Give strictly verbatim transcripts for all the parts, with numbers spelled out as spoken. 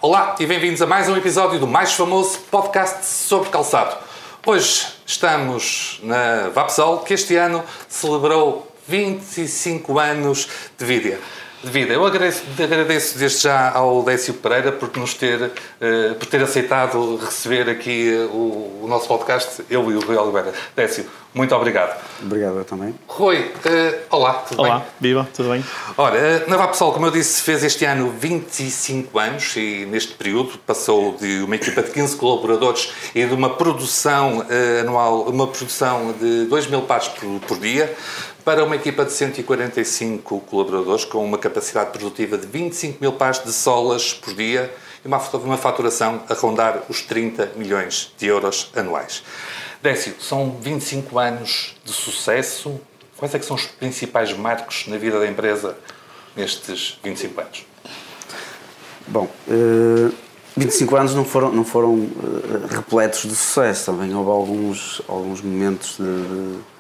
Olá e bem-vindos a mais um episódio do mais famoso podcast sobre calçado. Hoje estamos na Vapsol, que este ano celebrou vinte e cinco anos de vida. De vida. Eu agradeço, agradeço desde já ao Décio Pereira por nos ter, uh, por ter aceitado receber aqui uh, o, o nosso podcast, eu e o Rui Oliveira. Décio, muito obrigado. Obrigado, eu também. Rui, uh, olá, tudo olá, bem? Olá, viva, tudo bem? Ora, na Vapsol, como eu disse, fez este ano vinte e cinco anos e neste período passou de uma equipa de quinze colaboradores e de uma produção uh, anual, uma produção de dois mil pares por, por dia, para uma equipa de cento e quarenta e cinco colaboradores com uma capacidade produtiva de vinte e cinco mil pares de solas por dia e uma, uma faturação a rondar os trinta milhões de euros anuais. Décio, são vinte e cinco anos de sucesso. Quais é que são os principais marcos na vida da empresa nestes vinte e cinco anos? Bom, uh, vinte e cinco anos não foram, não foram uh, repletos de sucesso. Também houve alguns, alguns momentos de... de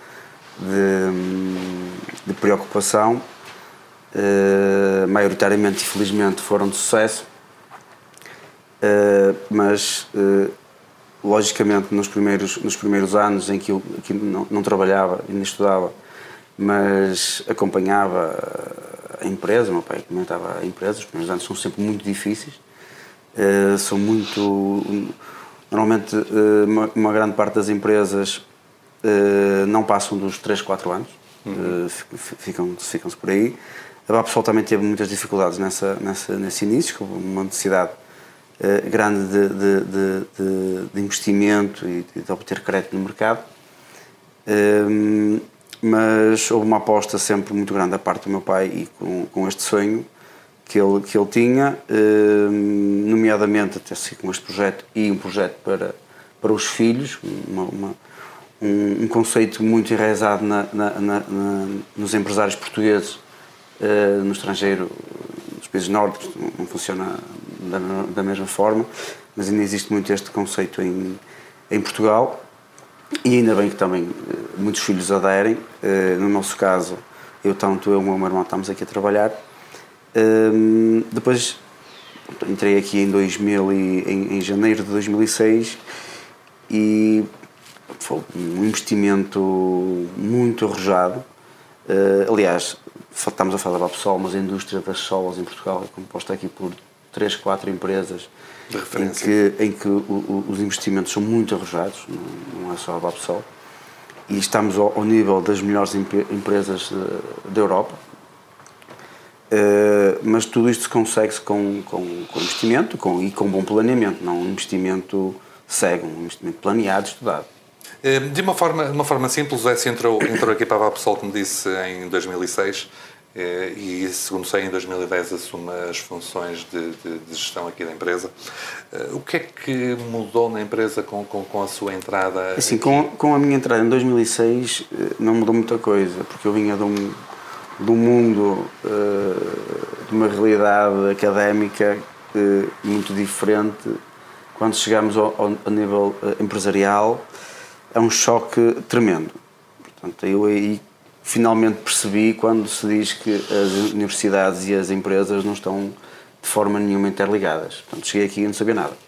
De, de preocupação, uh, maioritariamente e felizmente foram de sucesso, uh, mas uh, logicamente nos primeiros, nos primeiros anos em que eu que não, não trabalhava e nem estudava, mas acompanhava a empresa, o meu pai comentava a empresa, os primeiros anos são sempre muito difíceis, uh, são muito... Normalmente uh, uma, uma grande parte das empresas Uh, não passam dos três, quatro anos, uhum. uh, ficam, ficam-se por aí. A Vapsol também teve muitas dificuldades nessa, nessa, nesse início, com uma necessidade uh, grande de, de, de, de investimento e de obter crédito no mercado, uh, mas houve uma aposta sempre muito grande da parte do meu pai e com, com este sonho que ele, que ele tinha, uh, nomeadamente até assim, com este projeto e um projeto para, para os filhos, uma, uma Um, um conceito muito enraizado na, na, na, na, nos empresários portugueses uh, no estrangeiro, nos países nórdicos, não, não funciona da, da mesma forma, mas ainda existe muito este conceito em, em Portugal e ainda bem que também uh, muitos filhos aderem. Uh, no nosso caso, eu tanto eu como o meu irmão estamos aqui a trabalhar. Uh, depois entrei aqui em, dois mil e, em, em janeiro de dois mil e seis e foi um investimento muito arrojado. Uh, aliás, estamos a falar da Vapsol, mas a indústria das solas em Portugal é composta aqui por três, quatro empresas de referência, em que, em que o, o, os investimentos são muito arrojados, não, não é só a Vapsol, e estamos ao, ao nível das melhores empre, empresas uh, da Europa. Uh, mas tudo isto se consegue com, com, com investimento com, e com bom planeamento, não um investimento cego, um investimento planeado, estudado. De uma forma, de uma forma simples, o Décio entrou, entrou aqui para a Vapsol, como disse, em dois mil e seis e, segundo sei, em dois mil e dez assume as funções de, de, de gestão aqui da empresa. O que é que mudou na empresa com, com, com a sua entrada? Assim, com, com a minha entrada em dois mil e seis não mudou muita coisa, porque eu vinha de um, de um mundo, de uma realidade académica muito diferente. Quando chegamos ao, ao, ao nível empresarial, é um choque tremendo. Portanto, eu aí finalmente percebi quando se diz que as universidades e as empresas não estão de forma nenhuma interligadas. Portanto, cheguei aqui e não sabia nada.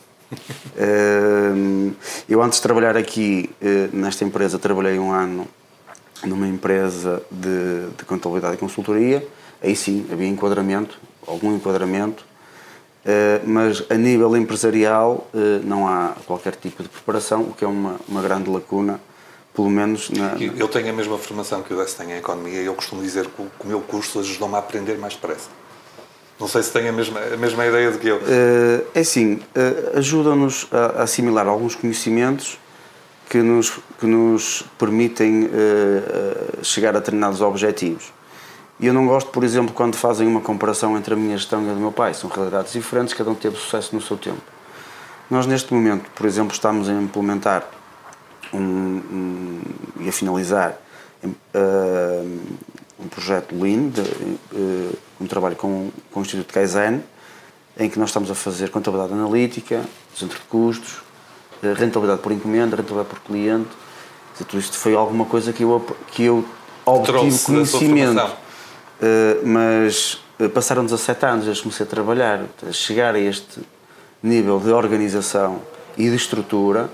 Eu, antes de trabalhar aqui nesta empresa, trabalhei um ano numa empresa de, de contabilidade e consultoria. Aí sim, havia enquadramento, algum enquadramento. Uh, mas a nível empresarial uh, não há qualquer tipo de preparação, o que é uma, uma grande lacuna, pelo menos na... Eu tenho a mesma formação que o Décio tem em Economia e eu costumo dizer que o, que o meu curso ajudou-me a aprender mais depressa. Não sei se tem a mesma, a mesma ideia do que eu. Uh, é assim, uh, ajuda-nos a, a assimilar alguns conhecimentos que nos, que nos permitem uh, uh, chegar a determinados objetivos. E eu não gosto, por exemplo, quando fazem uma comparação entre a minha gestão e a do meu pai. São realidades diferentes, cada um teve sucesso no seu tempo. Nós, neste momento, por exemplo, estamos a implementar um, um, e a finalizar uh, um projeto Lean, de, uh, um trabalho com, com o Instituto Kaizen, em que nós estamos a fazer contabilidade analítica, centro de custos, uh, rentabilidade por encomenda, rentabilidade por cliente. Tudo isto foi alguma coisa que eu, que eu obtive conhecimento. Uh, mas passaram dezassete anos desde que comecei a trabalhar, a chegar a este nível de organização e de estrutura,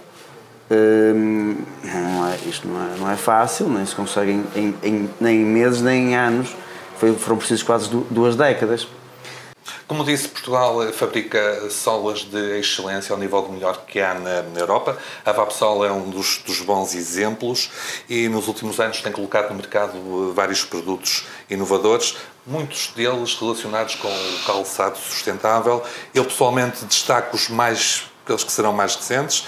não é, isto não é, não é fácil, nem se consegue em, em, em, nem em meses, nem em anos. Foi, foram precisas quase duas décadas. Como disse, Portugal fabrica solas de excelência ao nível do melhor que há na, na Europa. A Vapsol é um dos, dos bons exemplos e nos últimos anos tem colocado no mercado vários produtos inovadores, muitos deles relacionados com o calçado sustentável. Eu pessoalmente destaco os mais, aqueles que serão mais recentes,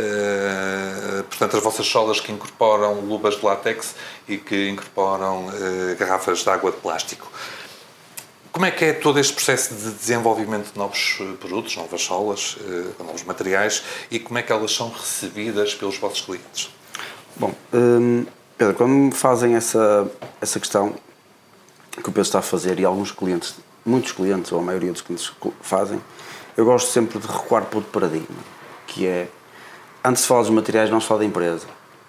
uh, portanto as vossas solas que incorporam luvas de látex e que incorporam uh, garrafas de água de plástico. Como é que é todo este processo de desenvolvimento de novos produtos, novas solas, novos materiais e como é que elas são recebidas pelos vossos clientes? Bom, hum, Pedro, quando me fazem essa, essa questão que o Pedro está a fazer e alguns clientes, muitos clientes ou a maioria dos clientes fazem, eu gosto sempre de recuar para outro paradigma, que é, antes de falar dos materiais, vamos falar da empresa.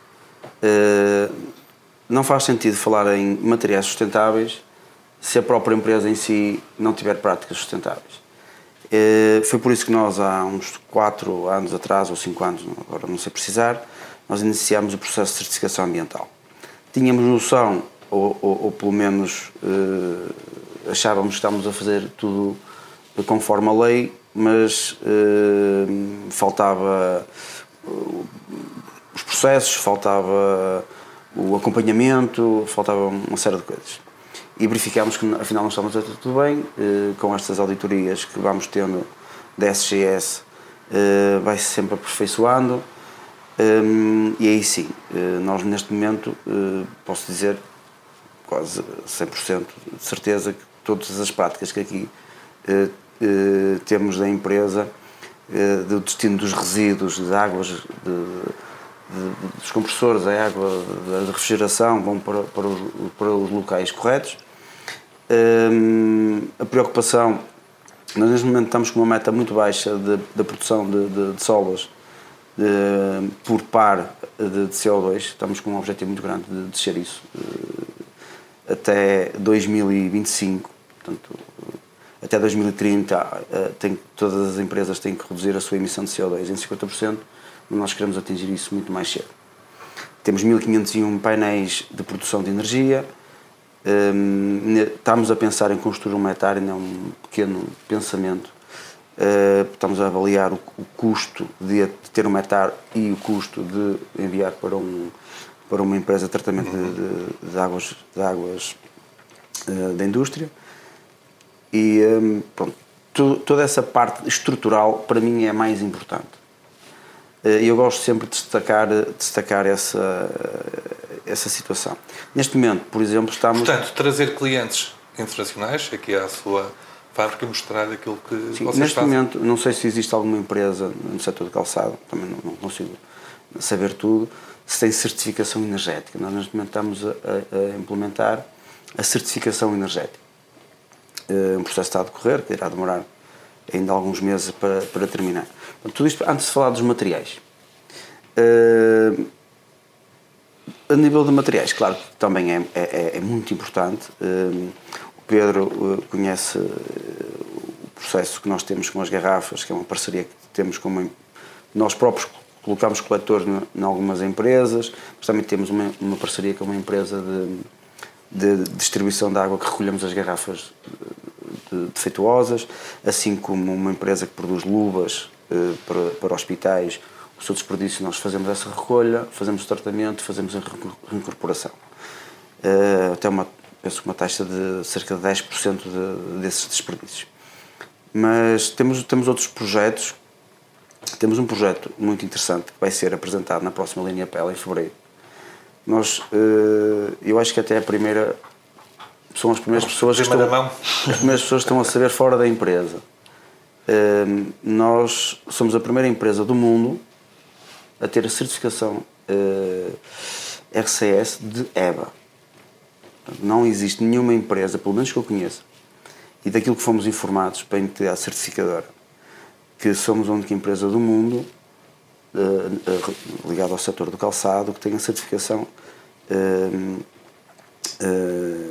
Uh, não faz sentido falar em materiais sustentáveis se a própria empresa em si não tiver práticas sustentáveis. Foi por isso que nós, há uns quatro anos atrás, ou cinco anos, agora não sei precisar, nós iniciámos o processo de certificação ambiental. Tínhamos noção, ou, ou, ou pelo menos eh, achávamos que estávamos a fazer tudo conforme a lei, mas eh, faltava os processos, faltava o acompanhamento, faltava uma série de coisas. E verificámos que afinal não estávamos a fazer tudo bem, com estas auditorias que vamos tendo da S G S, vai-se sempre aperfeiçoando, e aí sim, nós neste momento, posso dizer, quase cem por cento de certeza que todas as práticas que aqui temos da empresa, do destino dos resíduos, de águas, de, de, dos compressores, a água de refrigeração, vão para, para, os, para os locais corretos. Um, a preocupação, nós neste momento estamos com uma meta muito baixa da produção de, de, de solas de, por par de, de C O dois, estamos com um objetivo muito grande de descer isso uh, até dois mil e vinte e cinco, portanto, uh, até dois mil e trinta uh, tem, todas as empresas têm que reduzir a sua emissão de C O dois em cinquenta por cento, mas nós queremos atingir isso muito mais cedo. Temos mil quinhentos e um painéis de produção de energia. Um, estamos a pensar em construir uma hectare, ainda é um pequeno pensamento. Uh, estamos a avaliar o, o custo de, de ter uma hectare e o custo de enviar para, um, para uma empresa de tratamento de, de, de águas, de águas uh, da indústria. E um, pronto, to, toda essa parte estrutural para mim é mais importante. Uh, eu gosto sempre de destacar, de destacar essa. essa situação. Neste momento, por exemplo, estamos... Portanto, trazer clientes internacionais aqui à sua fábrica e mostrar aquilo que Sim, vocês neste fazem. momento, não sei se existe alguma empresa no setor de calçado, também não, não consigo saber tudo, se tem certificação energética. Nós, neste momento, estamos a, a implementar a certificação energética. É um processo que está a decorrer, que irá demorar ainda alguns meses para, para terminar. Tudo isto antes de falar dos materiais. Uh, A nível de materiais, claro que também é, é, é muito importante. Um, o Pedro uh, conhece uh, o processo que nós temos com as garrafas, que é uma parceria que temos com uma... Nós próprios colocamos coletores em algumas empresas, mas também temos uma, uma parceria com uma empresa de, de distribuição de água que recolhemos as garrafas de, defeituosas, assim como uma empresa que produz luvas uh, para, para hospitais. O seu desperdício, nós fazemos essa recolha, fazemos o tratamento, fazemos a reincorporação. Uh, até uma, penso uma taxa de cerca de dez por cento de, desses desperdícios. Mas temos, temos outros projetos. Temos um projeto muito interessante que vai ser apresentado na próxima linha P E L em fevereiro. Nós, uh, eu acho que até a primeira, são as primeiras pessoas que estão, mão. as primeiras pessoas que estão a saber fora da empresa. Uh, nós somos a primeira empresa do mundo a ter a certificação uh, R C S de E B A. Não existe nenhuma empresa, pelo menos que eu conheça, e daquilo que fomos informados para a entidade certificadora, que somos a única empresa do mundo uh, uh, ligada ao setor do calçado que tem a certificação uh, uh,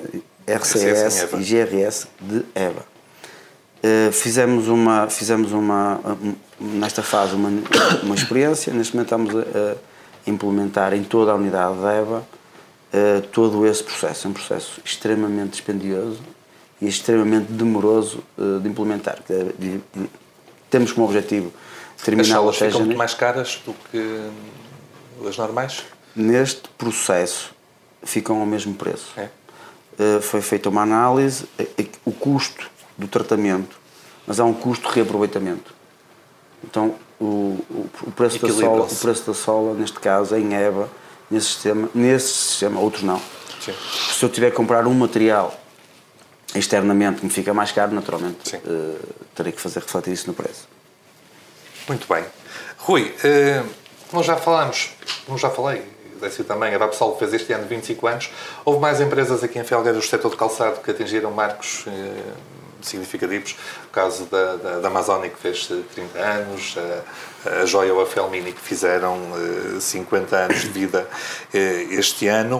R C S e G R S de EVA. Uh, fizemos uma, fizemos uma, nesta fase uma, uma experiência, neste momento estamos a, a implementar em toda a unidade da EVA uh, todo esse processo. É um processo extremamente dispendioso e extremamente demoroso uh, de implementar. De, de, de, temos como objetivo terminar. As salas ficam muito mais caras do que as normais? Neste processo ficam ao mesmo preço. É. Uh, foi feita uma análise, uh, o custo do tratamento, mas há um custo de reaproveitamento. Então, o, o, o, preço da sola, o preço da sola, neste caso, em EVA, nesse sistema, nesse sistema, outros não. Sim. Se eu tiver que comprar um material externamente que me fica mais caro, naturalmente, uh, terei que fazer refletir isso no preço. Muito bem. Rui, uh, como já falámos, como já falei, Décio também, a Vapsol fez este ano vinte e cinco anos, houve mais empresas aqui em Felgueiras do setor de calçado que atingiram marcos uh, significativos. O caso da, da, da Amazónia, que fez trinta anos, a, a Joia ou a Felmini, que fizeram uh, cinquenta anos de vida uh, este ano.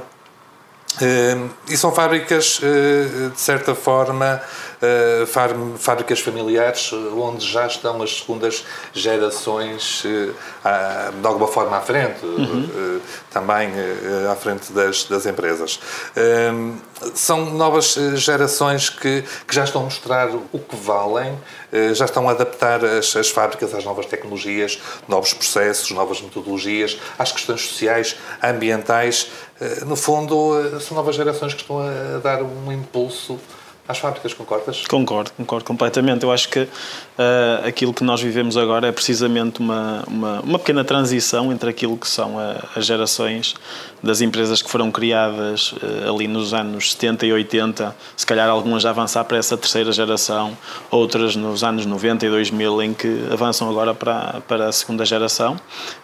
Uh, e são fábricas, uh, de certa forma, uh, fábricas familiares, onde já estão as segundas gerações uh, à, de alguma forma à frente, uhum. uh, também uh, à frente das, das empresas. Uh, são novas gerações que, que já estão a mostrar o que valem, uh, já estão a adaptar as, as fábricas às novas tecnologias, novos processos, novas metodologias, às questões sociais, ambientais. Uh, no fundo, uh, são novas gerações que estão a dar um impulso às fábricas, concordas? Concordo, concordo completamente. Eu acho que uh, aquilo que nós vivemos agora é precisamente uma, uma, uma pequena transição entre aquilo que são a, as gerações das empresas que foram criadas uh, ali nos anos setenta e oitenta, se calhar algumas já avançar para essa terceira geração, outras nos anos noventa e dois mil, em que avançam agora para, para a segunda geração.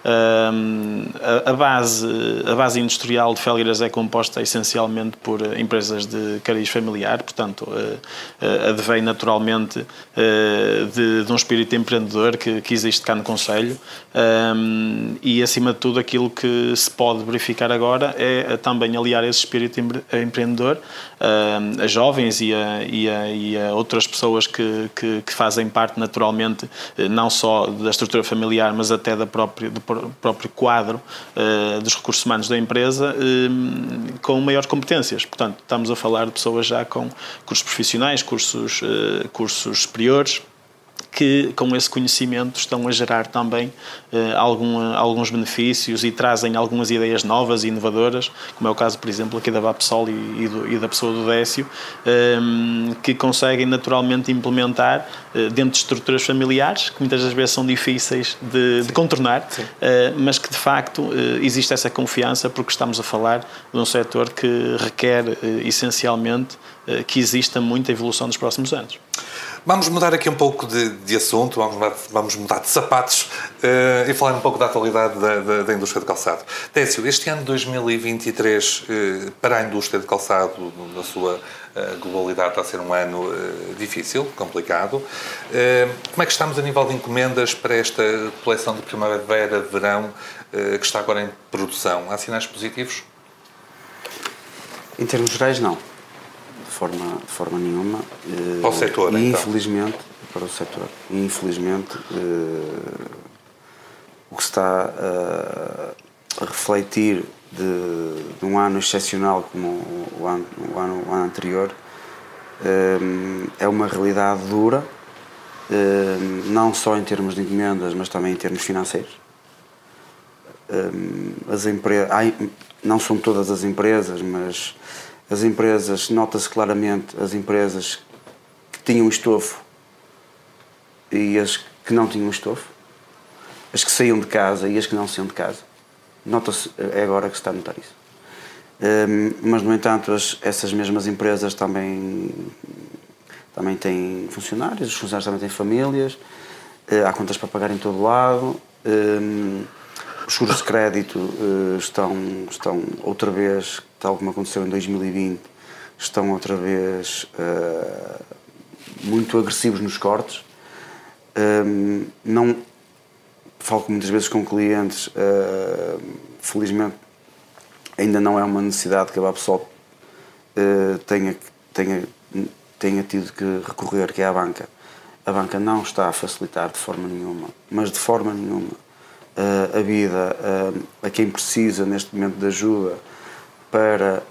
Uh, a, a, base, a base industrial de Felgueiras é composta essencialmente por empresas de cariz familiar, portanto, advém naturalmente de, de um espírito empreendedor que, que existe cá no Concelho, um, e acima de tudo aquilo que se pode verificar agora é também aliar esse espírito empreendedor um, a jovens e a, e a, e a outras pessoas que, que, que fazem parte naturalmente não só da estrutura familiar, mas até da própria, do próprio quadro uh, dos recursos humanos da empresa, um, com maiores competências. Portanto, estamos a falar de pessoas já com cursos profissionais, cursos, uh, cursos superiores, que com esse conhecimento estão a gerar também uh, algum, uh, alguns benefícios e trazem algumas ideias novas e inovadoras, como é o caso, por exemplo, aqui da Vapsol e, e, do, e da pessoa do Décio, um, que conseguem naturalmente implementar uh, dentro de estruturas familiares, que muitas das vezes são difíceis de, de contornar, uh, mas que de facto uh, existe essa confiança, porque estamos a falar de um setor que requer uh, essencialmente uh, que exista muita evolução nos próximos anos. Vamos mudar aqui um pouco de, de assunto, vamos mudar, vamos mudar de sapatos uh, e falar um pouco da atualidade da, da, da indústria de calçado. Décio, este ano de dois mil e vinte e três uh, para a indústria de calçado, na sua uh, globalidade, está a ser um ano uh, difícil, complicado. Uh, como é que estamos a nível de encomendas para esta coleção de primavera-verão uh, que está agora em produção? Há sinais positivos? Em termos gerais, não. De forma, de forma nenhuma. Para o setor, e, então? Infelizmente, para o setor. E, infelizmente, uh, o que se está uh, a refletir de, de um ano excepcional como o ano, o ano, o ano anterior uh, é uma realidade dura, uh, não só em termos de encomendas, mas também em termos financeiros. Uh, as empresas, não são todas as empresas, mas as empresas, nota-se claramente as empresas que tinham estofo e as que não tinham estofo, as que saíam de casa e as que não saíam de casa. Nota-se, é agora que se está a notar isso. Um, mas, no entanto, as, essas mesmas empresas também, também têm funcionários, os funcionários também têm famílias, uh, há contas para pagar em todo lado. Um, Os seguros de crédito uh, estão, estão outra vez, tal como aconteceu em dois mil e vinte, estão outra vez uh, muito agressivos nos cortes. Um, não falo muitas vezes com clientes, uh, felizmente ainda não é uma necessidade que a Vapsol uh, tenha que tenha, tenha tido que recorrer, que é a banca. A banca não está a facilitar de forma nenhuma, mas de forma nenhuma, uh, a vida uh, a quem precisa neste momento de ajuda para...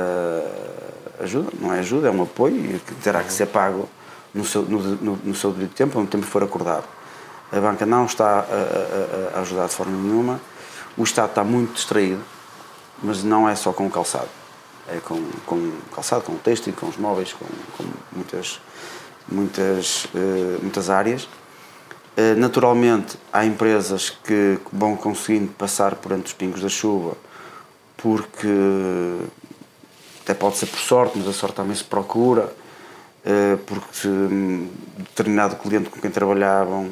Uh, ajuda, não é ajuda, é um apoio que terá que ser pago no seu, no, no, no seu devido tempo, no tempo que for acordado. A banca não está a, a, a ajudar de forma nenhuma, o Estado está muito distraído, mas não é só com o calçado, é com, com o calçado, com o têxtil, com os móveis, com, com muitas, muitas, uh, muitas áreas. Uh, naturalmente, há empresas que vão conseguindo passar por entre os pingos da chuva, porque até pode ser por sorte, mas a sorte também se procura, uh, porque um, determinado cliente com quem trabalhavam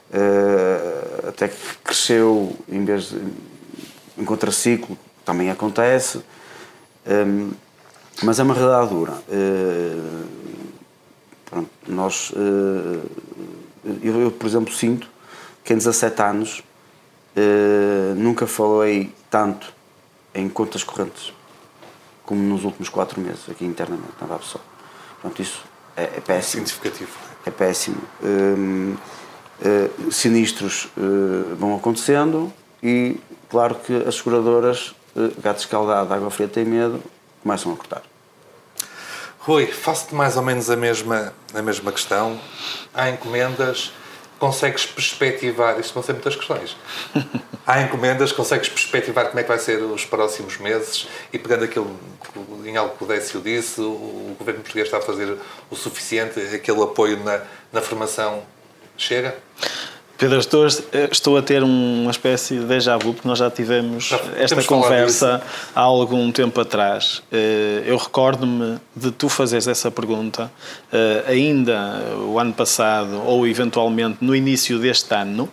uh, até que cresceu em vez de, em contraciclo, também acontece, um, mas é uma realidade dura. Uh, pronto, nós, uh, eu, eu, por exemplo, sinto que em dezassete anos uh, nunca falei tanto em contas correntes como nos últimos quatro meses, aqui internamente, na Vapsol. Portanto, isso é, é péssimo. Significativo. É péssimo. Um, uh, sinistros uh, vão acontecendo e, claro que as seguradoras, gato escaldado, água fria tem medo, começam a cortar. Rui, faço-te mais ou menos a mesma, a mesma questão. Há encomendas, consegues perspectivar, isto vão ser muitas questões, há encomendas, consegues perspectivar como é que vai ser os próximos meses e pegando aquilo em algo que o Décio disse, o governo português está a fazer o suficiente, aquele apoio na, na formação chega? Pedro, estou, estou a ter uma espécie de déjà vu, porque nós já tivemos já esta conversa há algum tempo atrás. Eu recordo-me de tu fazeres essa pergunta ainda o ano passado ou eventualmente no início deste ano,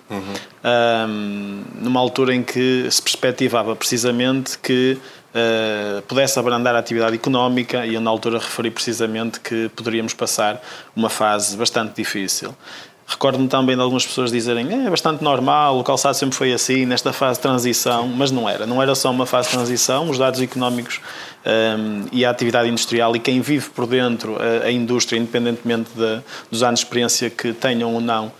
uhum. numa altura em que se perspectivava precisamente que pudesse abrandar a atividade económica e eu na altura referi precisamente que poderíamos passar uma fase bastante difícil. Recordo-me também de algumas pessoas dizerem é bastante normal, o calçado sempre foi assim, nesta fase de transição, mas não era. Não era só uma fase de transição, os dados económicos um, e a atividade industrial e quem vive por dentro a, a indústria, independentemente de, dos anos de experiência que tenham ou não,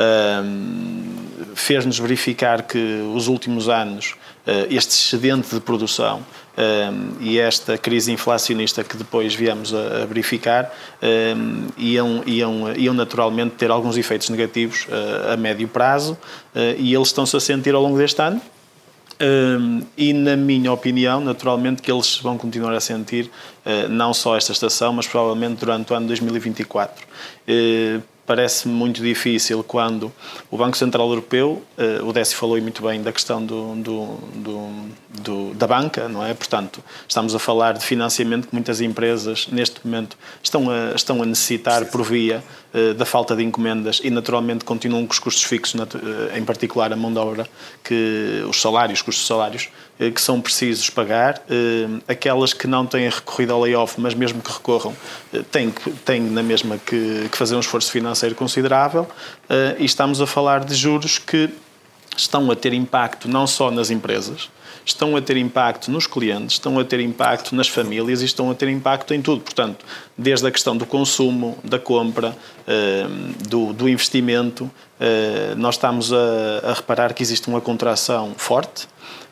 um, fez-nos verificar que os últimos anos, uh, este excedente de produção Um, e esta crise inflacionista que depois viemos a, a verificar um, iam, iam, iam naturalmente ter alguns efeitos negativos uh, a médio prazo uh, e eles estão-se a sentir ao longo deste ano um, e na minha opinião naturalmente que eles vão continuar a sentir uh, não só esta estação mas provavelmente durante o ano dois mil e vinte e quatro. Uh, Parece-me muito difícil quando o Banco Central Europeu, o Décio falou muito bem da questão do, do, do, do, da banca, não é? Portanto, estamos a falar de financiamento que muitas empresas neste momento estão a, estão a necessitar por via da falta de encomendas e naturalmente continuam com os custos fixos, em particular a mão de obra, que, os salários, os custos de salários, que são precisos pagar, aquelas que não têm recorrido ao layoff, mas mesmo que recorram, têm, têm na mesma que, que fazer um esforço financeiro considerável e estamos a falar de juros que estão a ter impacto não só nas empresas, estão a ter impacto nos clientes, estão a ter impacto nas famílias e estão a ter impacto em tudo. Portanto, desde a questão do consumo, da compra, do, do investimento, nós estamos a, a reparar que existe uma contração forte.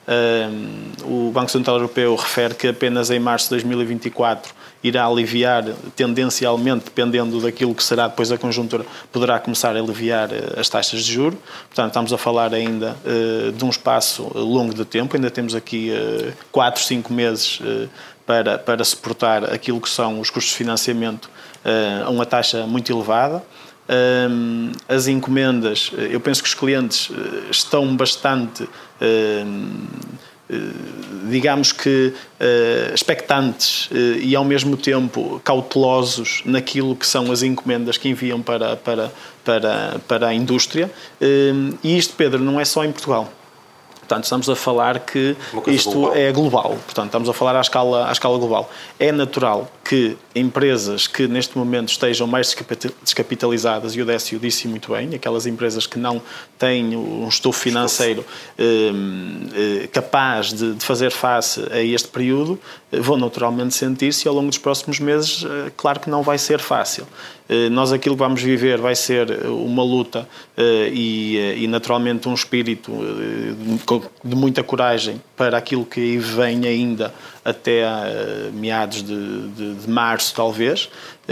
O Banco Central Europeu refere que apenas em março de dois mil e vinte e quatro irá aliviar, tendencialmente, dependendo daquilo que será depois a conjuntura, poderá começar a aliviar as taxas de juros. Portanto, estamos a falar ainda uh, de um espaço longo de tempo, ainda temos aqui uh, quatro, cinco meses uh, para, para suportar aquilo que são os custos de financiamento uh, a uma taxa muito elevada. Um, as encomendas, eu penso que os clientes uh, estão bastante... Uh, digamos que uh, expectantes uh, e ao mesmo tempo cautelosos naquilo que são as encomendas que enviam para, para, para, para a indústria. Uh, e isto, Pedro, não é só em Portugal. Portanto, estamos a falar que isto global. é global. Portanto, estamos a falar à escala, à escala global. É natural que empresas que neste momento estejam mais descapitalizadas, e o Décio disse muito bem, aquelas empresas que não têm um estofo financeiro eh, eh, capaz de, de fazer face a este período, eh, vão naturalmente sentir-se, e ao longo dos próximos meses, eh, claro que não vai ser fácil. Eh, nós aquilo que vamos viver vai ser uma luta eh, e, e naturalmente um espírito eh, de muita coragem para aquilo que aí vem ainda até a meados de, de, de março, talvez.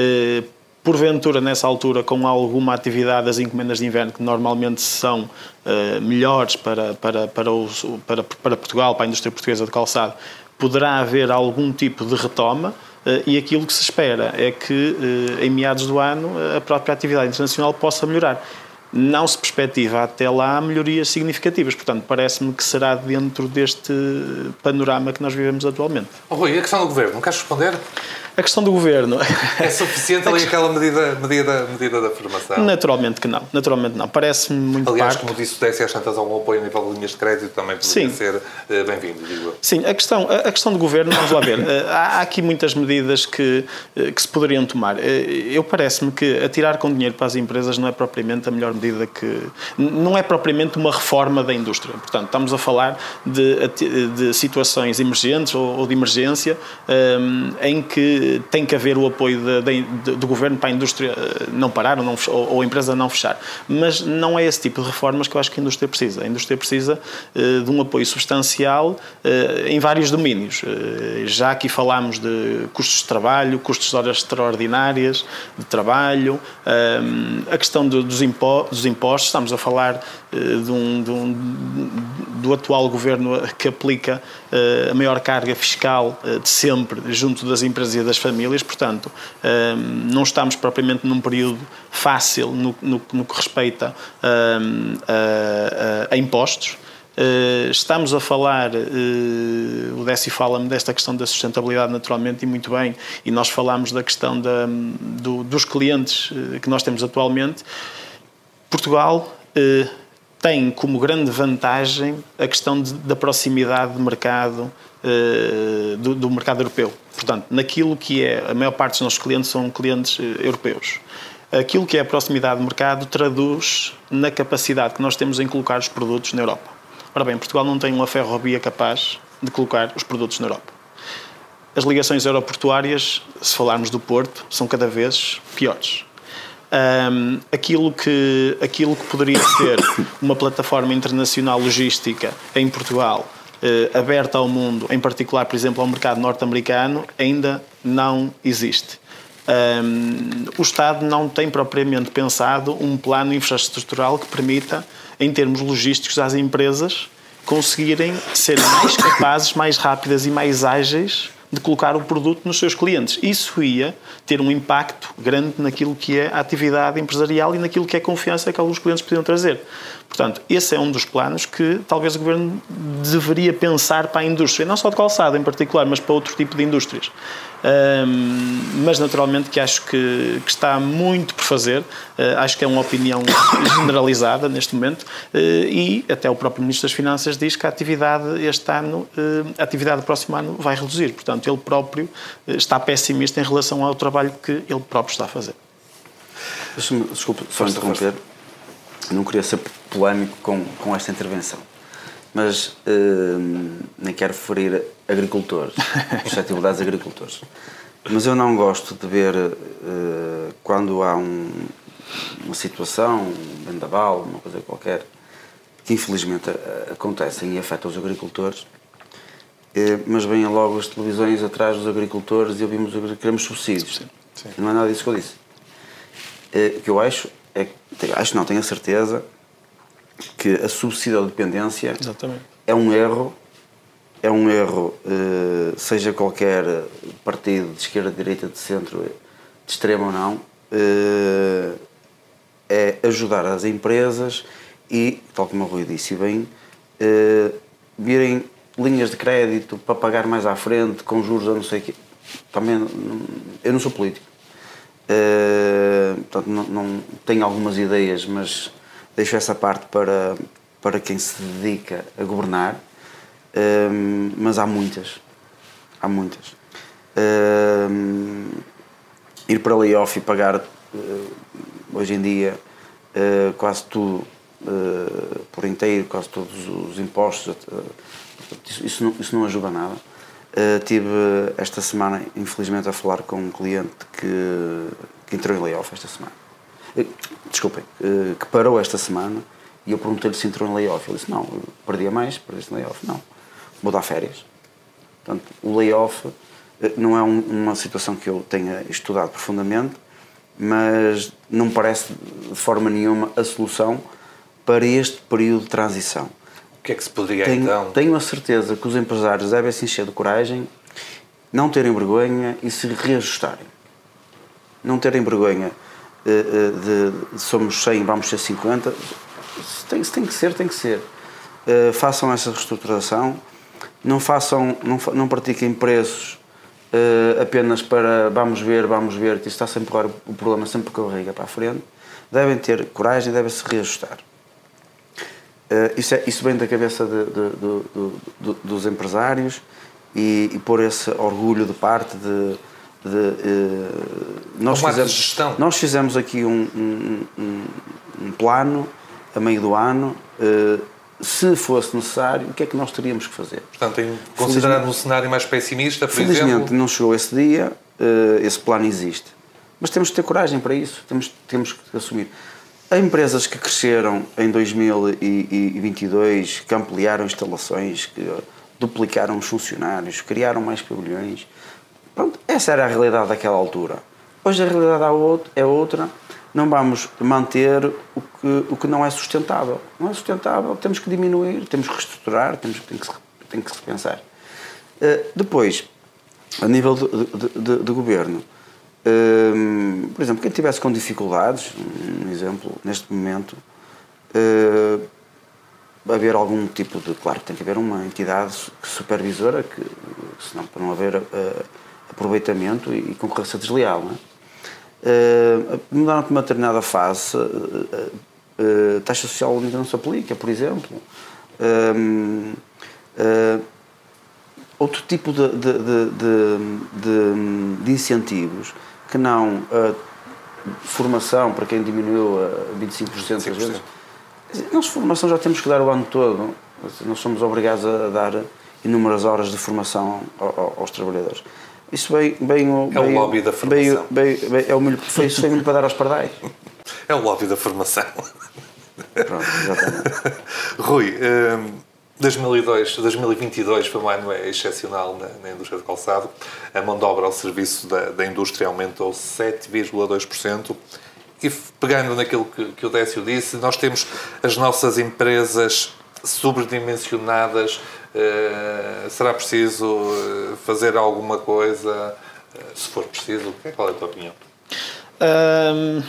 Porventura, nessa altura, com alguma atividade das encomendas de inverno, que normalmente são melhores para, para, para, o, para, para Portugal, para a indústria portuguesa de calçado, poderá haver algum tipo de retoma. E aquilo que se espera é que, em meados do ano, a própria atividade internacional possa melhorar. Não se perspectiva até lá melhorias significativas. Portanto, parece-me que será dentro deste panorama que nós vivemos atualmente. Oh, Rui, a questão do Governo, não queres responder? A questão do Governo... É suficiente ali aquela medida, medida, medida da formação? Naturalmente que não. Naturalmente não. Parece-me muito Aliás, parco. como disse o Décio, às tantas há um apoio a nível de linhas de crédito também poderia Sim. ser uh, bem-vindo, digo eu. Sim, a questão, a questão do Governo, vamos lá ver. Há aqui muitas medidas que, que se poderiam tomar. Eu parece-me que atirar com dinheiro para as empresas não é propriamente a melhor medida que... Não é propriamente uma reforma da indústria. Portanto, estamos a falar de, de situações emergentes ou, ou de emergência um, em que tem que haver o apoio de, de, do Governo para a indústria não parar ou, não, ou, ou a empresa não fechar. Mas não é esse tipo de reformas que eu acho que a indústria precisa. A indústria precisa uh, de um apoio substancial uh, em vários domínios. Uh, já aqui falámos de custos de trabalho, custos de horas extraordinárias de trabalho, um, a questão do, dos, impo, dos impostos. Estamos a falar uh, de um, de um, do atual Governo que aplica uh, a maior carga fiscal uh, de sempre junto das empresas e das famílias. Portanto, não estamos propriamente num período fácil no, no, no que respeita a, a, a impostos. Estamos a falar, o Décio fala-me desta questão da sustentabilidade naturalmente e muito bem, e nós falamos da questão da, do, dos clientes que nós temos atualmente. Portugal tem como grande vantagem a questão de, da proximidade de mercado Uh, do, do mercado europeu. Portanto, naquilo que é, a maior parte dos nossos clientes são clientes uh, europeus. Aquilo que é a proximidade de mercado traduz na capacidade que nós temos em colocar os produtos na Europa. Ora bem, Portugal não tem uma ferrovia capaz de colocar os produtos na Europa. As ligações aeroportuárias, se falarmos do Porto, são cada vez piores. Um, aquilo, que, aquilo que poderia ser uma plataforma internacional logística em Portugal, Uh, aberta ao mundo, em particular, por exemplo, ao mercado norte-americano, ainda não existe. Um, o Estado não tem propriamente pensado um plano infraestrutural que permita, em termos logísticos, às empresas conseguirem ser mais capazes, mais rápidas e mais ágeis de colocar o produto nos seus clientes. Isso ia ter um impacto grande naquilo que é a atividade empresarial e naquilo que é a confiança que alguns clientes podiam trazer. Portanto, esse é um dos planos que talvez o Governo deveria pensar para a indústria, não só de calçado em particular, mas para outro tipo de indústrias. Um, mas naturalmente que acho que, que está muito por fazer, uh, acho que é uma opinião generalizada neste momento, uh, e até o próprio Ministro das Finanças diz que a atividade este ano, uh, a atividade do próximo ano vai reduzir. Portanto, ele próprio uh, está pessimista em relação ao trabalho que ele próprio está a fazer. Deixa-me, desculpe, só interromper. Não queria ser polémico com, com esta intervenção, mas uh, nem quero ferir agricultores, suscetibilidades de agricultores. Mas eu não gosto de ver, uh, quando há um, uma situação, um vendaval, uma coisa qualquer, que infelizmente acontece e afeta os agricultores, uh, mas vêm logo as televisões atrás dos agricultores e ouvimos que queremos subsídios. Sim, sim. Não é nada disso que eu disse. Uh, o que eu acho é que, acho não, tenho a certeza que a subsidiodependência é um erro, é um erro, eh, seja qualquer partido de esquerda, de direita, de centro, de extremo ou não, eh, é ajudar as empresas e, tal como o Rui disse bem, eh, virem linhas de crédito para pagar mais à frente, com juros a não sei o quê. Também, eu não sou político. Uh, portanto, não, não tenho algumas ideias, mas deixo essa parte para, para quem se dedica a governar, um, mas há muitas. Há muitas. Um, ir para layoff e pagar, uh, hoje em dia, uh, quase tudo uh, por inteiro, quase todos os impostos, uh, isso, isso, não, isso não ajuda a nada. Uh, tive esta semana, infelizmente, a falar com um cliente que, que entrou em layoff esta semana. Uh, desculpem, uh, que parou esta semana e eu perguntei-lhe se entrou em layoff. Ele disse, não, perdia mais, perdeste em layoff. Não, vou dar férias. Portanto, o layoff uh, não é um, uma situação que eu tenha estudado profundamente, mas não me parece de forma nenhuma a solução para este período de transição. O que é que se poderia, tenho, então? Tenho a certeza que os empresários devem se encher de coragem, não terem vergonha e se reajustarem. Não terem vergonha uh, de, de somos cem, vamos ser cinquenta. Se tem, se tem que ser, tem que ser. Uh, façam essa reestruturação, não, façam, não, não pratiquem preços uh, apenas para vamos ver, vamos ver, que está sempre a empurrar o problema sempre com a barriga para a frente. Devem ter coragem, devem se reajustar. Uh, isso, é, isso vem da cabeça de, de, de, de, de, dos empresários e, e pôr esse orgulho de parte de... de uh, nós, fizemos, gestão. nós fizemos aqui um, um, um, um plano a meio do ano, uh, se fosse necessário, o que é que nós teríamos que fazer? Portanto, considerando um cenário mais pessimista, por felizmente, exemplo... Felizmente não chegou esse dia, uh, esse plano existe. Mas temos que ter coragem para isso, temos, temos que assumir. Há empresas que cresceram em dois mil e vinte e dois, que ampliaram instalações, que duplicaram os funcionários, criaram mais pavilhões. Pronto, essa era a realidade daquela altura. Hoje a realidade é outra, não vamos manter o que, o que não é sustentável. Não é sustentável, temos que diminuir, temos que reestruturar, temos, tem, que se, tem que se repensar. Uh, depois, a nível de, de, de, de governo, Uh, por exemplo, quem estivesse com dificuldades, um exemplo, neste momento, uh, haver algum tipo de... Claro, tem que haver uma entidade supervisora, que, senão para não haver uh, aproveitamento e, e concorrência desleal. Não é? Uh, durante uma determinada fase, uh, uh, uh, taxa social única não se aplica, por exemplo. Uh, uh, outro tipo de, de, de, de, de incentivos que não a formação para quem diminuiu a vinte e cinco por cento às vezes. Nós formação já temos que dar o ano todo, nós somos obrigados a dar inúmeras horas de formação aos trabalhadores. Isso veio, veio, é o lobby da formação. Veio, veio, veio, é o milho, foi, isso foi muito para dar aos pardais. É o lobby da formação. Pronto, exatamente. Rui, um... dois mil e dois, dois mil e vinte e dois foi um ano excepcional na, na indústria de calçado. A mão de obra ao serviço da, da indústria aumentou sete vírgula dois por cento. E pegando naquilo que, que o Décio disse, nós temos as nossas empresas sobredimensionadas. Uh, será preciso fazer alguma coisa? Uh, se for preciso, qual é a tua opinião? Um,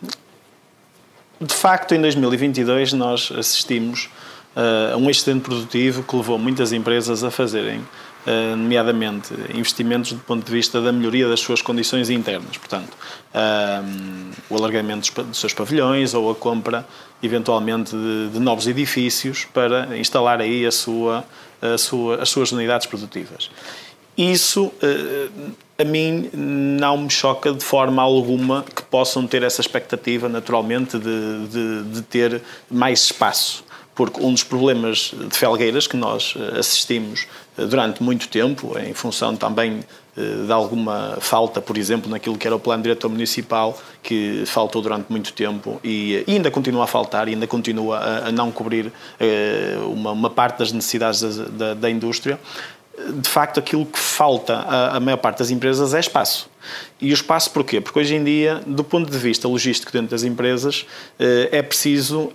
de facto, em dois mil e vinte e dois nós assistimos a uh, um excedente produtivo que levou muitas empresas a fazerem, uh, nomeadamente, investimentos do ponto de vista da melhoria das suas condições internas. Portanto, uh, o alargamento dos, dos seus pavilhões ou a compra, eventualmente, de, de novos edifícios para instalar aí a sua, a sua, as suas unidades produtivas. Isso, uh, a mim, não me choca de forma alguma que possam ter essa expectativa, naturalmente, de, de, de ter mais espaço. Porque um dos problemas de Felgueiras que nós assistimos durante muito tempo, em função também de alguma falta, por exemplo, naquilo que era o plano diretor municipal, que faltou durante muito tempo e ainda continua a faltar, e ainda continua a, a não cobrir uma, uma parte das necessidades da, da, da indústria. De facto, aquilo que falta à, à maior parte das empresas é espaço. E o espaço porquê? Porque hoje em dia, do ponto de vista logístico dentro das empresas, é preciso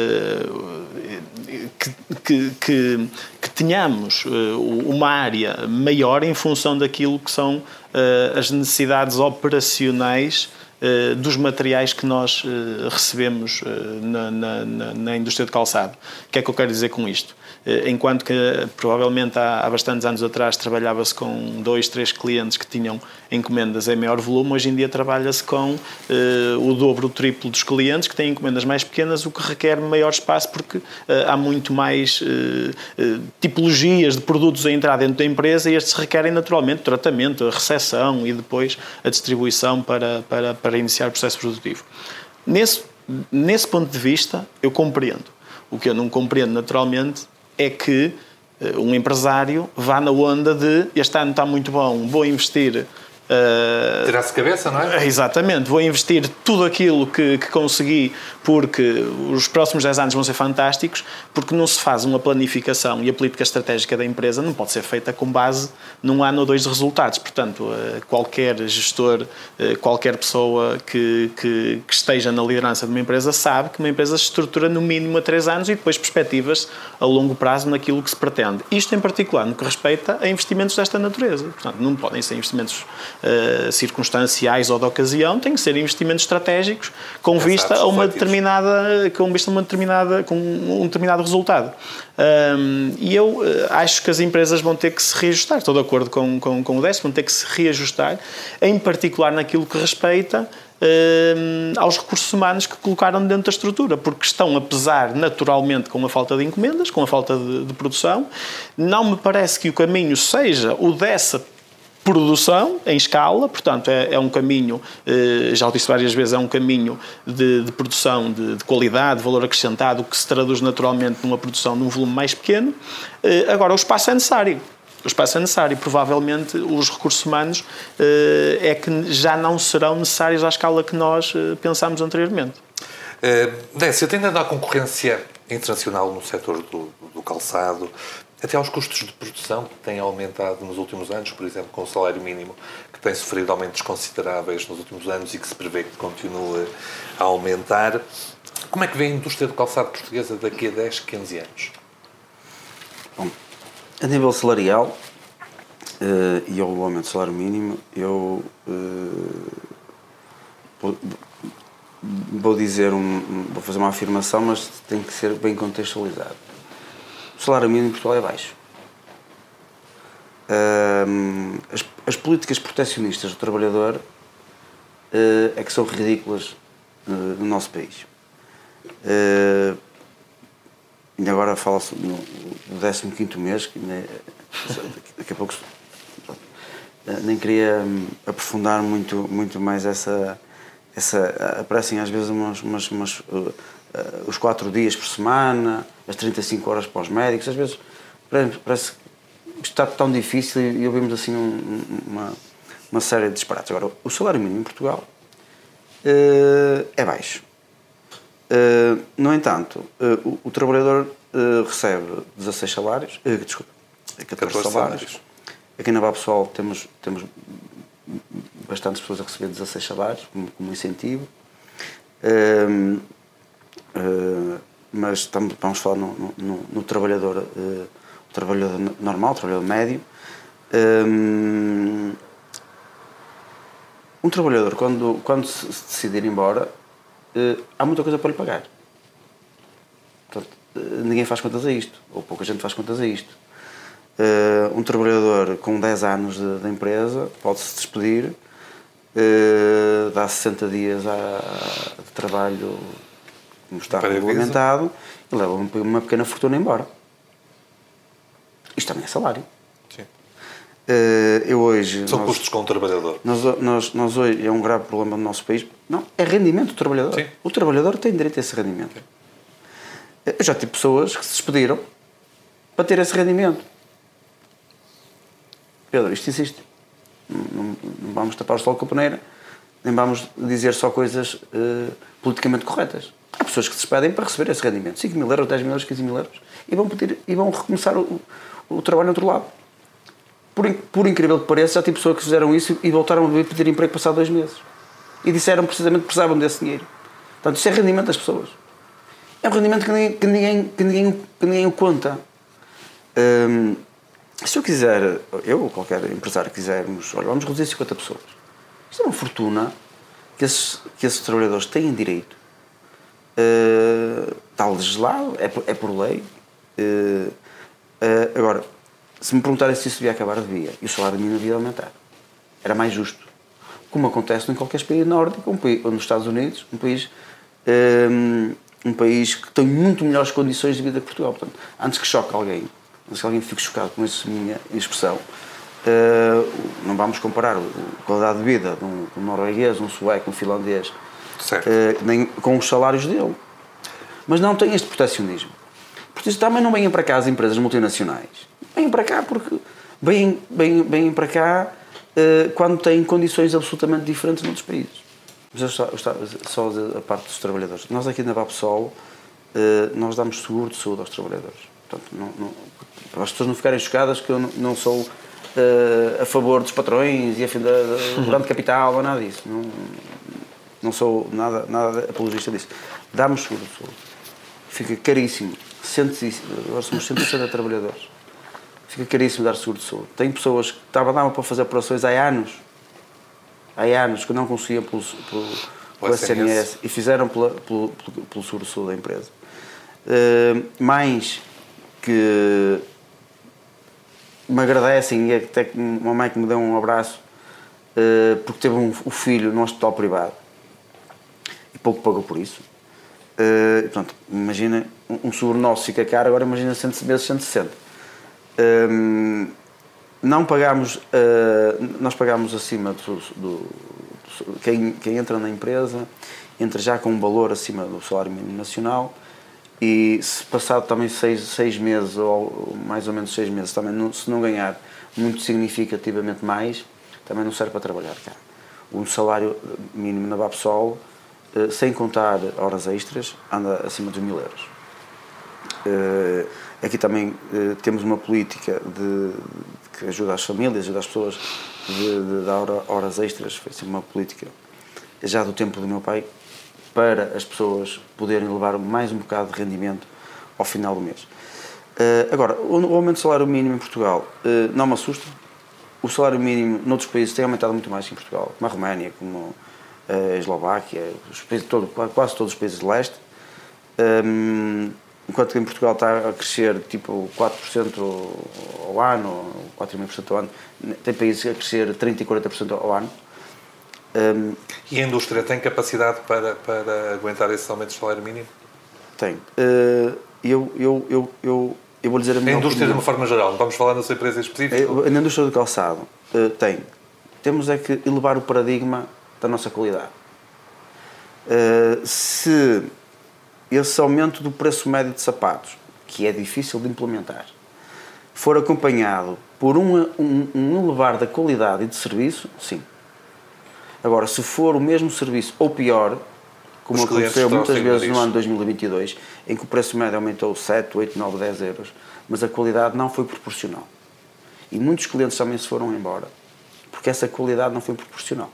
que, que, que, que tenhamos uma área maior em função daquilo que são as necessidades operacionais uh, dos materiais que nós uh, recebemos uh, na, na, na indústria de calçado. O que é que eu quero dizer com isto? Uh, enquanto que provavelmente há, há bastantes anos atrás trabalhava-se com dois, três clientes que tinham encomendas em maior volume, hoje em dia trabalha-se com uh, o dobro, o triplo dos clientes que têm encomendas mais pequenas, o que requer maior espaço porque uh, há muito mais uh, uh, tipologias de produtos a entrar dentro da empresa e estes requerem naturalmente tratamento, a recepção e depois a distribuição para, para, para iniciar o processo produtivo. Nesse, nesse ponto de vista, eu compreendo. O que eu não compreendo naturalmente é que uh, um empresário vá na onda de este ano está muito bom, vou investir. Uh, Tirar-se cabeça, não é? Exatamente, vou investir tudo aquilo que, que consegui porque os próximos dez anos vão ser fantásticos, porque não se faz uma planificação e a política estratégica da empresa não pode ser feita com base num ano ou dois de resultados. Portanto, qualquer gestor, qualquer pessoa que, que, que esteja na liderança de uma empresa sabe que uma empresa se estrutura no mínimo a três anos e depois perspectivas a longo prazo naquilo que se pretende. Isto em particular no que respeita a investimentos desta natureza. Portanto, não podem ser investimentos uh, circunstanciais ou de ocasião, têm que ser investimentos estratégicos com vista a uma determinada com vista a uma determinada com um determinado resultado. Um, e eu uh, acho que as empresas vão ter que se reajustar, estou de acordo com, com, com o Décio, vão ter que se reajustar, em particular naquilo que respeita uh, aos recursos humanos que colocaram dentro da estrutura, porque estão a pesar naturalmente com a falta de encomendas, com a falta de, de produção. Não me parece que o caminho seja o dessa produção em escala, portanto é, é um caminho, já o disse várias vezes, é um caminho de, de produção de, de qualidade, de valor acrescentado, que se traduz naturalmente numa produção num volume mais pequeno. Agora, o espaço é necessário. O espaço é necessário. Provavelmente os recursos humanos é que já não serão necessários à escala que nós pensámos anteriormente. Uh, Décio, atendendo à concorrência internacional no setor do, do calçado, até aos custos de produção que têm aumentado nos últimos anos, por exemplo, com o salário mínimo, que tem sofrido aumentos consideráveis nos últimos anos e que se prevê que continue a aumentar. Como é que vê a indústria do calçado portuguesa daqui a dez, quinze anos? Bom, a nível salarial uh, e ao aumento do salário mínimo, eu uh, vou, vou dizer, um, vou fazer uma afirmação, mas tem que ser bem contextualizado. O salário mínimo em Portugal é baixo. Uh, as, as políticas proteccionistas do trabalhador uh, é que são ridículas uh, no nosso país. Uh, e agora fala-se no, no décimo quinto mês, que né, daqui a pouco uh, nem queria um, aprofundar muito, muito mais essa... essa aparecem às vezes umas... umas, umas uh, Uh, os quatro dias por semana, as trinta e cinco horas para os médicos, às vezes parece, parece que está tão difícil e ouvimos assim um, uma, uma série de disparates. Agora, o salário mínimo em Portugal uh, é baixo. Uh, no entanto, uh, o, o trabalhador uh, recebe dezasseis salários, uh, desculpa, catorze salários. Aqui na Vapsol temos, temos bastantes pessoas a receber dezasseis salários como, como incentivo. Uh, Uh, mas estamos, vamos falar no, no, no trabalhador, uh, o trabalhador normal, o trabalhador médio. Um, um trabalhador, quando, quando se decidir ir embora, uh, há muita coisa para lhe pagar. Portanto, uh, ninguém faz contas a isto, ou pouca gente faz contas a isto. Uh, um trabalhador com dez anos de, de empresa pode-se despedir, uh, dá sessenta dias a, de trabalho como está regulamentado, e leva uma pequena fortuna embora. Isto também é salário. Sim. Uh, eu hoje... São nós, custos com o trabalhador. Nós, nós, nós hoje, é um grave problema no nosso país. Não, é rendimento do trabalhador. Sim. O trabalhador tem direito a esse rendimento. Sim. Eu já tive pessoas que se despediram para ter esse rendimento. Pedro, isto existe. Não, não, não vamos tapar o sol com a peneira, nem vamos dizer só coisas uh, politicamente corretas. Há pessoas que se despedem para receber esse rendimento. cinco mil euros, dez mil euros, quinze mil euros. E vão, pedir, e vão recomeçar o, o trabalho no outro lado. Por, por incrível que pareça, já tive pessoas que fizeram isso e voltaram a pedir emprego passado dois meses. E disseram precisamente que precisavam desse dinheiro. Portanto, isso é rendimento das pessoas. É um rendimento que ninguém, que ninguém, que ninguém, que ninguém o conta. Hum, se eu quiser, eu ou qualquer empresário quisermos, olha, vamos reduzir cinquenta pessoas. Isto é uma fortuna que esses, que esses trabalhadores têm direito, uh, está legislado, é por, é por lei. Uh, uh, agora, se me perguntarem se isso devia acabar, devia. E o salário mínimo devia aumentar. Era mais justo. Como acontece em qualquer país nórdico, um país, ou nos Estados Unidos, um país, um, um país que tem muito melhores condições de vida que Portugal. Portanto, antes que choque alguém, antes que alguém fique chocado com essa minha expressão, uh, não vamos comparar a qualidade de vida de um, de um norueguês, um sueco, um finlandês, uh, nem com os salários dele. Mas não tem este proteccionismo. Por isso também não venham para cá as empresas multinacionais. Venham para cá porque vêm, vêm, vêm para cá uh, quando têm condições absolutamente diferentes noutros países. Mas eu só, só a parte dos trabalhadores. Nós aqui na Vapsol, uh, nós damos seguro de saúde aos trabalhadores. Portanto, não, não, para as pessoas não ficarem chocadas que eu não, não sou uh, a favor dos patrões e a fim da, da grande capital ou nada disso. Não, não sou nada, nada apologista disso. Damos seguro de saúde. Fica caríssimo. Agora somos cento e sessenta trabalhadores. Fica caríssimo dar seguro de saúde. Tem pessoas que estavam lá para fazer operações há anos, há anos, que não conseguiam pelo, pelo, pelo S N S e fizeram pela, pelo, pelo, pelo seguro de saúde da empresa. Uh, mães que me agradecem, e até uma mãe que me deu um abraço uh, porque teve um, um filho num hospital privado e pouco pagou por isso. Uh, portanto, imagina, um, um seguro nosso fica caro, agora imagina cem vezes cento e sessenta. Um, não pagamos, uh, nós pagamos acima do, do, do quem, quem entra na empresa entra já com um valor acima do salário mínimo nacional, e se passado também seis, seis meses ou mais ou menos seis meses também não, se não ganhar muito significativamente mais, também não serve para trabalhar cá. O salário mínimo na Vapsol, uh, sem contar horas extras, anda acima dos mil euros. Uh, aqui também uh, temos uma política de, de que ajuda as famílias, ajuda as pessoas de, de dar horas extras. Foi assim uma política já do tempo do meu pai, para as pessoas poderem levar mais um bocado de rendimento ao final do mês. Uh, agora, o, o aumento do salário mínimo em Portugal uh, não me assusta. O salário mínimo noutros países tem aumentado muito mais que em Portugal, como a Roménia, como a Eslováquia, os países, todo, quase todos os países de leste. Um, enquanto que em Portugal está a crescer tipo quatro por cento ao ano, quatro vírgula cinco por cento ao ano, tem países a crescer trinta e quarenta por cento ao ano. Um, e a indústria tem capacidade para, para aguentar esse aumento do salário mínimo? Tem. Uh, eu, eu, eu, eu, eu vou dizer a minha A indústria opinião. De uma forma geral, não vamos falar na sua empresa específica? Na indústria do calçado, uh, tem. Temos é que elevar o paradigma da nossa qualidade. Uh, se esse aumento do preço médio de sapatos, que é difícil de implementar, for acompanhado por um, um, um elevar da qualidade e de serviço, sim. Agora, se for o mesmo serviço ou pior, como aconteceu muitas vezes no ano dois mil e vinte e dois, em que o preço médio aumentou sete, oito, nove, dez euros, mas a qualidade não foi proporcional. E muitos clientes também se foram embora, porque essa qualidade não foi proporcional.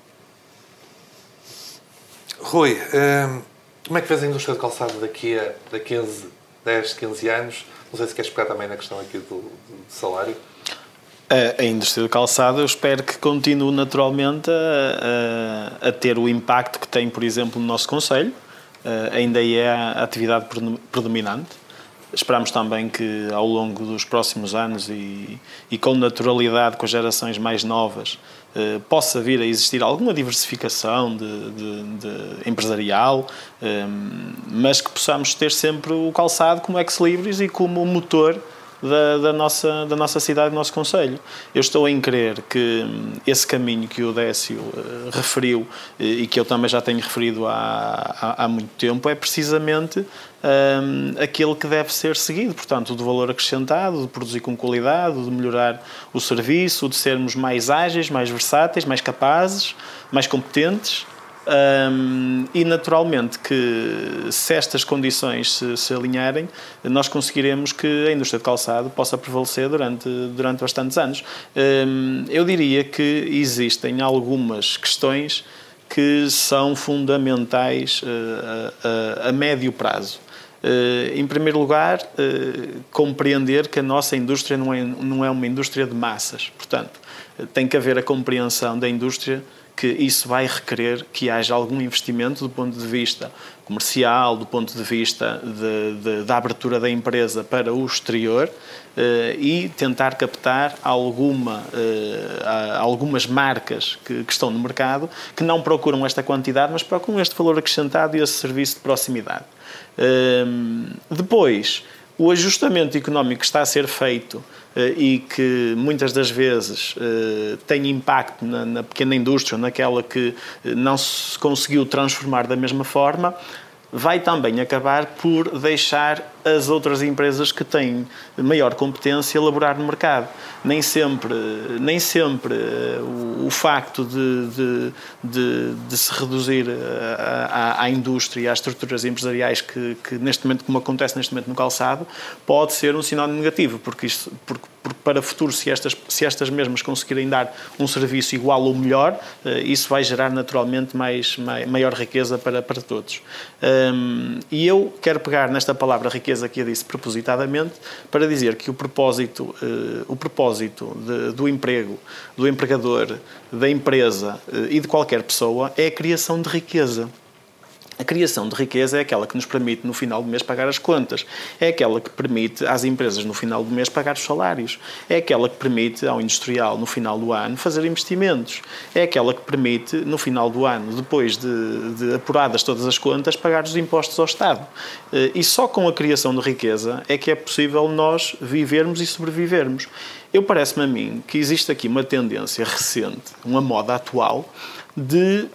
Rui, hum, como é que vês a indústria de calçado daqui a, a quinze, dez, quinze anos? Não sei se queres pegar também na questão aqui do, do salário. A indústria do calçado, eu espero que continue naturalmente a, a, a ter o impacto que tem, por exemplo, no nosso concelho. Uh, ainda é a atividade predominante. Esperamos também que ao longo dos próximos anos e, e com naturalidade com as gerações mais novas uh, possa vir a existir alguma diversificação de, de, de empresarial, um, mas que possamos ter sempre o calçado como ex-libris e como motor Da, da, nossa, da nossa cidade e do nosso concelho. Eu estou em crer que esse caminho que o Décio uh, referiu uh, e que eu também já tenho referido há, há, há muito tempo é precisamente um, aquele que deve ser seguido, portanto, de valor acrescentado, de produzir com qualidade, de melhorar o serviço, de sermos mais ágeis, mais versáteis, mais capazes, mais competentes. Um, e naturalmente que se estas condições se, se alinharem, nós conseguiremos que a indústria de calçado possa prevalecer durante, durante bastantes anos. Um, eu diria que existem algumas questões que são fundamentais uh, a, a, a médio prazo. Uh, em primeiro lugar, uh, compreender que a nossa indústria não é, não é uma indústria de massas, portanto, tem que haver a compreensão da indústria que isso vai requerer que haja algum investimento do ponto de vista comercial, do ponto de vista de, de, da abertura da empresa para o exterior eh, e tentar captar alguma, eh, algumas marcas que, que estão no mercado que não procuram esta quantidade, mas procuram este valor acrescentado e esse serviço de proximidade. Eh, depois, o ajustamento económico que está a ser feito e que muitas das vezes tem impacto na, na pequena indústria, naquela que não se conseguiu transformar da mesma forma, vai também acabar por deixar as outras empresas que têm maior competência elaborar no mercado. Nem sempre, nem sempre o, o facto de, de, de, de se reduzir à, à indústria e às estruturas empresariais que, que neste momento, como acontece neste momento no calçado, pode ser um sinónimo negativo, porque, isto, porque, porque para o futuro, se estas, se estas mesmas conseguirem dar um serviço igual ou melhor, isso vai gerar naturalmente mais, mais, maior riqueza para, para todos. Um, e eu quero pegar nesta palavra riqueza que eu disse propositadamente para dizer que o propósito, uh, o propósito de, do emprego, do empregador, da empresa uh, e de qualquer pessoa é a criação de riqueza. A criação de riqueza é aquela que nos permite, no final do mês, pagar as contas. É aquela que permite às empresas, no final do mês, pagar os salários. É aquela que permite ao industrial, no final do ano, fazer investimentos. É aquela que permite, no final do ano, depois de, de apuradas todas as contas, pagar os impostos ao Estado. E só com a criação de riqueza é que é possível nós vivermos e sobrevivermos. Eu parece-me a mim que existe aqui uma tendência recente, uma moda atual, de,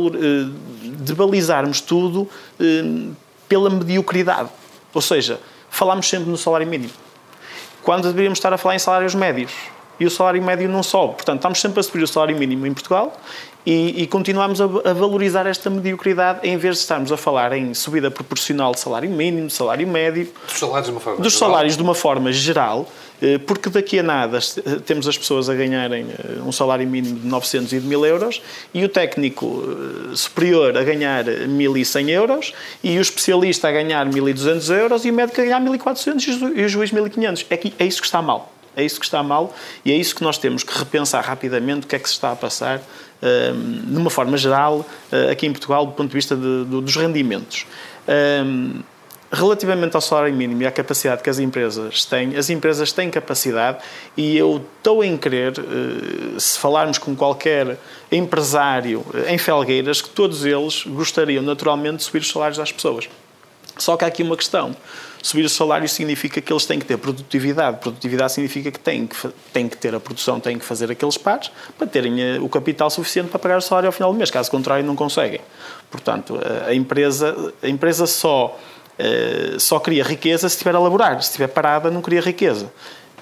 de balizarmos tudo pela mediocridade. Ou seja, falamos sempre no salário mínimo, quando deveríamos estar a falar em salários médios. E o salário médio não sobe. Portanto, estamos sempre a subir o salário mínimo em Portugal e, e continuamos a, a valorizar esta mediocridade em vez de estarmos a falar em subida proporcional de salário mínimo, de salário médio, dos salários de uma forma dos geral. salários de uma forma geral, porque daqui a nada temos as pessoas a ganharem um salário mínimo de novecentos e de mil euros e o técnico superior a ganhar mil e cem euros e o especialista a ganhar mil e duzentos euros e o médico a ganhar mil e quatrocentos e o juiz mil e quinhentos. É, que, é isso que está mal. É isso que está mal e é isso que nós temos que repensar rapidamente o que é que se está a passar, um, de uma forma geral, uh, aqui em Portugal, do ponto de vista de, de, dos rendimentos. Um, relativamente ao salário mínimo e à capacidade que as empresas têm, as empresas têm capacidade e eu estou em crer, uh, se falarmos com qualquer empresário uh, em Felgueiras, que todos eles gostariam naturalmente de subir os salários das pessoas. Só que há aqui uma questão. Subir o salário significa que eles têm que ter produtividade. Produtividade significa que têm que, têm que ter a produção, têm que fazer aqueles pares para terem o capital suficiente para pagar o salário ao final do mês. Caso contrário, não conseguem. Portanto, a empresa, a empresa só, só cria riqueza se estiver a laborar. Se estiver parada, não cria riqueza.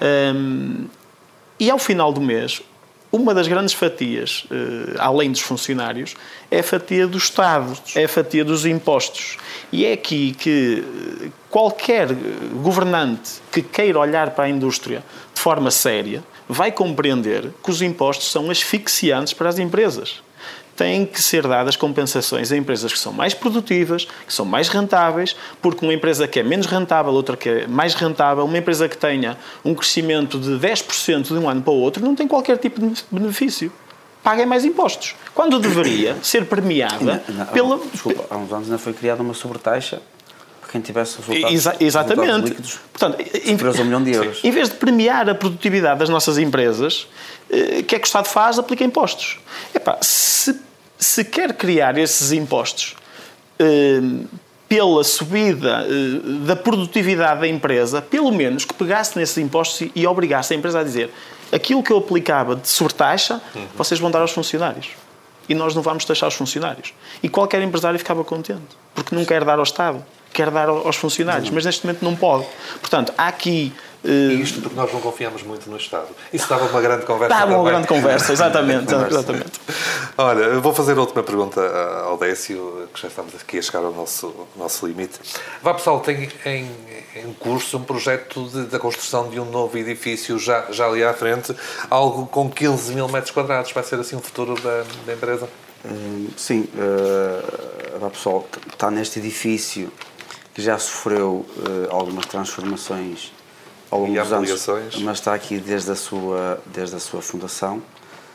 E ao final do mês, uma das grandes fatias, além dos funcionários, é a fatia do Estado, é a fatia dos impostos. E é aqui que qualquer governante que queira olhar para a indústria de forma séria vai compreender que os impostos são asfixiantes para as empresas. Têm que ser dadas compensações a empresas que são mais produtivas, que são mais rentáveis, porque uma empresa que é menos rentável, outra que é mais rentável, uma empresa que tenha um crescimento de dez por cento de um ano para o outro, não tem qualquer tipo de benefício. Paguem mais impostos. Quando deveria ser premiada não, não, pela... Desculpa, há uns anos ainda foi criada uma sobretaxa para quem tivesse resultados, Exa exatamente. resultados líquidos Portanto, superiores a um milhão de euros. Em vez de premiar a produtividade das nossas empresas, o que é que o Estado faz? Aplica impostos. Epá, se, se quer criar esses impostos eh, pela subida eh, da produtividade da empresa, pelo menos que pegasse nesses impostos e, e obrigasse a empresa a dizer aquilo que eu aplicava de sobretaxa, uhum. vocês vão dar aos funcionários. E nós não vamos taxar os funcionários. E qualquer empresário ficava contente, porque não quer dar ao Estado, quer dar aos funcionários, uhum. mas neste momento não pode. Portanto, há aqui... E isto porque nós não confiamos muito no Estado. Isso dava uma grande conversa. Dava também. uma grande conversa, exatamente. exatamente. Olha, vou fazer a última pergunta ao Décio, que já estamos aqui a chegar ao nosso, ao nosso limite. Vá, pessoal, tem em, em curso um projeto de, da construção de um novo edifício já, já ali à frente, algo com quinze mil metros quadrados. Vai ser assim o futuro da, da empresa? Hum, sim. Uh, vá, pessoal, está neste edifício que já sofreu uh, algumas transformações ao longo dos anos, mas está aqui desde a sua, desde a sua fundação.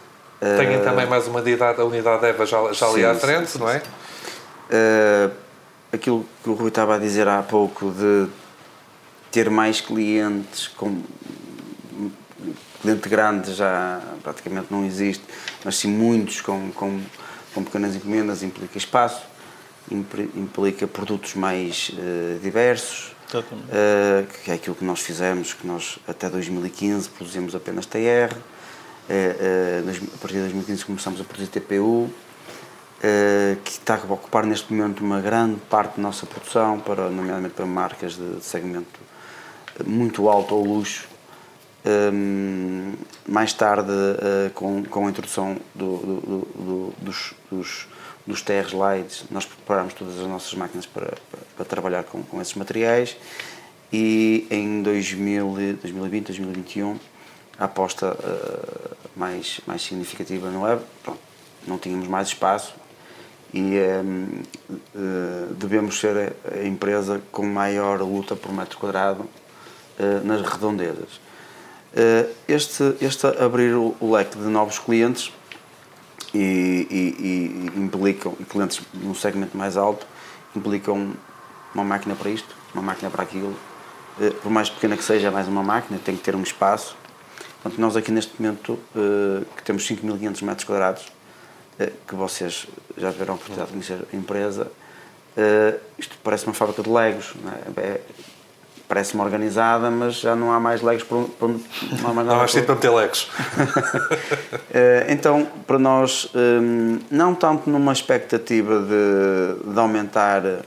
Têm uh, também mais uma unidade, a unidade EVA já, já ali sim, à frente, sim, sim, não é? Uh, aquilo que o Rui estava a dizer há pouco de ter mais clientes, com cliente grande já praticamente não existe, mas sim muitos com, com, com pequenas encomendas, implica espaço, implica produtos mais uh, diversos, uh, que é aquilo que nós fizemos, que nós até dois mil e quinze produzimos apenas T R, uh, uh, a partir de dois mil e quinze começamos a produzir T P U, Uh, que está a ocupar neste momento uma grande parte da nossa produção, para, nomeadamente para marcas de, de segmento muito alto ou luxo. Um, mais tarde, uh, com, com a introdução do, do, do, do, dos, dos, dos T Rs Lights, nós preparámos todas as nossas máquinas para, para, para trabalhar com, com esses materiais, e em dois mil, dois mil e vinte, dois mil e vinte e um a aposta uh, mais, mais significativa no web. Pronto, não tínhamos mais espaço, e um, uh, devemos ser a empresa com maior luta por metro quadrado uh, nas redondezas. Uh, este, este abrir o, o leque de novos clientes e, e, e implicam, e clientes num segmento mais alto, implicam uma máquina para isto, uma máquina para aquilo. Uh, por mais pequena que seja, mais uma máquina, tem que ter um espaço. Portanto, nós aqui neste momento, uh, que temos cinco mil e quinhentos metros quadrados, que vocês já tiveram a oportunidade de conhecer a empresa, uh, isto parece uma fábrica de Legos, não é? É, parece-me organizada, mas já não há mais Legos para onde... Não há mais nada não há sítio para meter Legos. uh, então, para nós, um, não tanto numa expectativa de, de aumentar uh,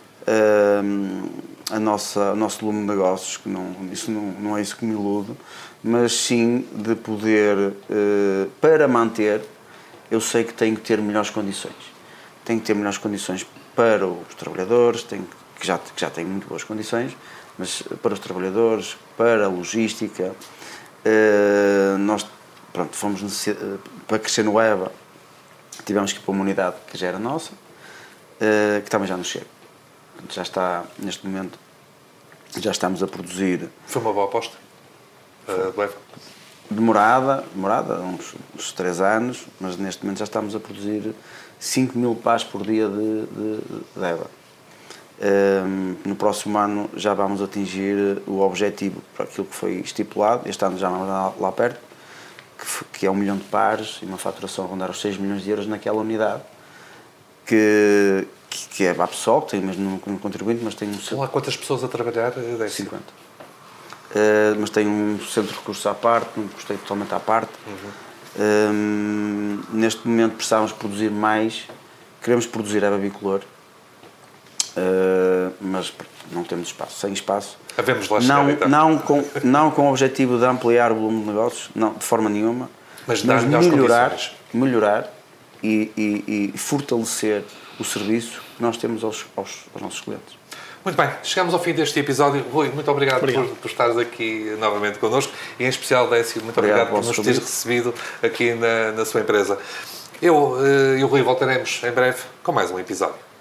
a nossa, o nosso volume de negócios, que não, isso não, não é isso que me ilude, mas sim de poder, uh, para manter, eu sei que tenho que ter melhores condições. Tenho que ter melhores condições para os trabalhadores, tenho, que, já, que já tenho muito boas condições, mas para os trabalhadores, para a logística. Uh, nós, pronto, fomos necess... para crescer no EVA, tivemos que ir para uma unidade que já era nossa, uh, que também já nos chega. Já está, neste momento, já estamos a produzir... Foi uma boa aposta uh, do EVA? Demorada, demorada, uns, uns três anos, mas neste momento já estamos a produzir cinco mil pares por dia de, de, de EVA. Um, no próximo ano já vamos atingir o objetivo para aquilo que foi estipulado, este ano já vamos lá, lá perto, que, que é um milhão de pares e uma faturação a rondar os seis milhões de euros naquela unidade, que, que, que é a pessoal, que tem mesmo um contribuinte, mas tem um... São lá quantas pessoas a trabalhar? cinquenta. Uh, mas tem um centro de recursos à parte, um custeio totalmente à parte. Uhum. Um, neste momento precisamos produzir mais, queremos produzir EVA bicolor, uh, mas não temos espaço. Sem espaço, Havemos lá não, chegar, então. não, com, não com o objetivo de ampliar o volume de negócios, não, de forma nenhuma, mas, mas melhorar, condições. melhorar e, e, e fortalecer o serviço que nós temos aos, aos, aos nossos clientes. Muito bem, chegamos ao fim deste episódio. Rui, muito obrigado, obrigado. Por, por estares aqui novamente connosco, e em especial, Décio, muito obrigado, obrigado por nos teres recebido aqui na, na sua empresa. Eu uh, e o Rui voltaremos em breve com mais um episódio.